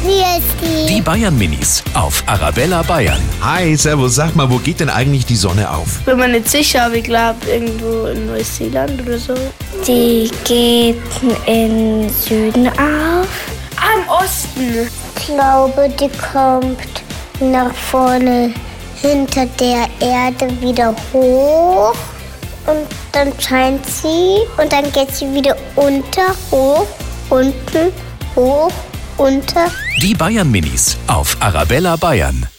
Hier ist Die Bayern Minis auf Arabella Bayern. Hi, servus, sag mal, wo geht denn eigentlich die Sonne auf? Bin mir nicht sicher, aber ich glaube irgendwo in Neuseeland oder so. Die geht in Süden auf. Am Osten. Ich glaube, die kommt nach vorne hinter der Erde wieder hoch. Und dann scheint sie und dann geht sie wieder unter, hoch, unten, hoch, unter. Die Bayern Minis auf Arabella Bayern.